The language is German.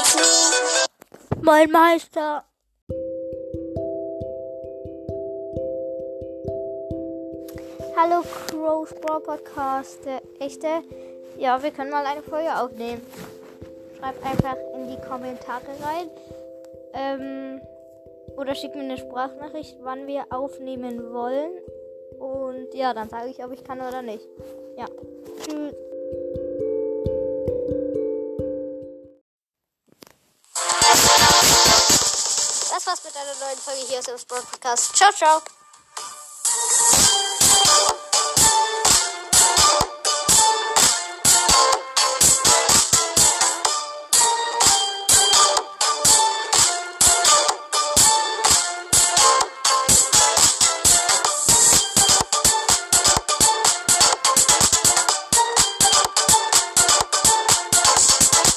Mein Meister. Hallo Crow's Brawl Podcast, der echte. Ja, wir können mal eine Folge aufnehmen. Schreibt einfach in die Kommentare rein. Oder schickt mir eine Sprachnachricht, wann wir aufnehmen wollen. Und ja, dann sage ich, ob ich kann oder nicht. Ja. Tschüss. Das war's mit einer neuen Folge hier aus dem Brawl Podcast. Ciao, ciao.